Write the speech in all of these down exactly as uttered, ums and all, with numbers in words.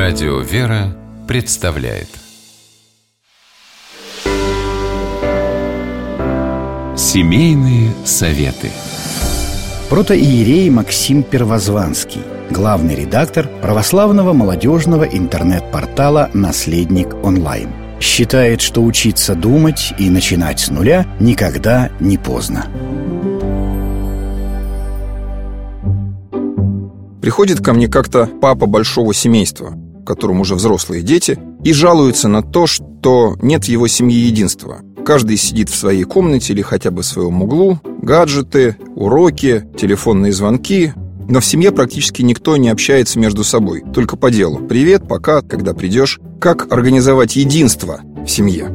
Радио «Вера» представляет Семейные советы. Протоиерей Максим Первозванский, главный редактор православного молодежного интернет-портала «Наследник онлайн», считает, что учиться думать и начинать с нуля никогда не поздно. Приходит ко мне как-то папа большого семейства, в котором уже взрослые дети, и жалуется на то, что нет в его семье единства. Каждый сидит в своей комнате или хотя бы в своем углу, гаджеты, уроки, телефонные звонки, но в семье практически никто не общается между собой, только по делу. Привет, пока, когда придешь. Как организовать единство в семье?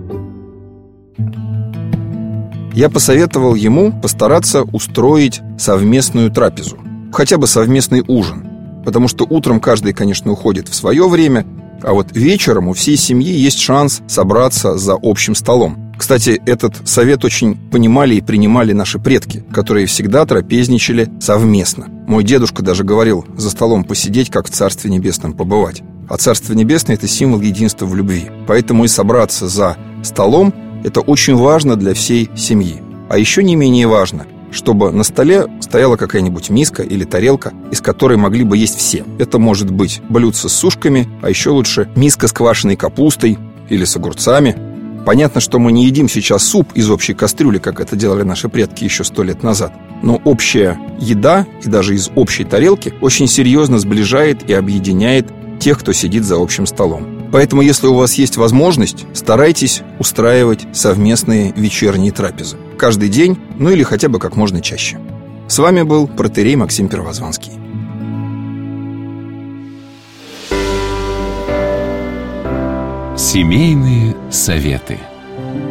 Я посоветовал ему постараться устроить совместную трапезу, хотя бы совместный ужин, потому что утром каждый, конечно, уходит в свое время, а вот вечером у всей семьи есть шанс собраться за общим столом. Кстати, этот совет очень понимали и принимали наши предки, которые всегда трапезничали совместно. Мой дедушка даже говорил: за столом посидеть, как в Царстве Небесном побывать. А Царство Небесное – это символ единства в любви. Поэтому и собраться за столом – это очень важно для всей семьи. А еще не менее важно, чтобы на столе стояла какая-нибудь миска или тарелка, из которой могли бы есть все. Это может быть блюдце с сушками, а еще лучше миска с квашеной капустой или с огурцами. Понятно, что мы не едим сейчас суп из общей кастрюли, как это делали наши предки еще сто лет назад. Но общая еда, и даже из общей тарелки, очень серьезно сближает и объединяет тех, кто сидит за общим столом. Поэтому, если у вас есть возможность, старайтесь устраивать совместные вечерние трапезы. Каждый день, ну или хотя бы как можно чаще. С вами был протоиерей Максим Первозванский. Семейные советы.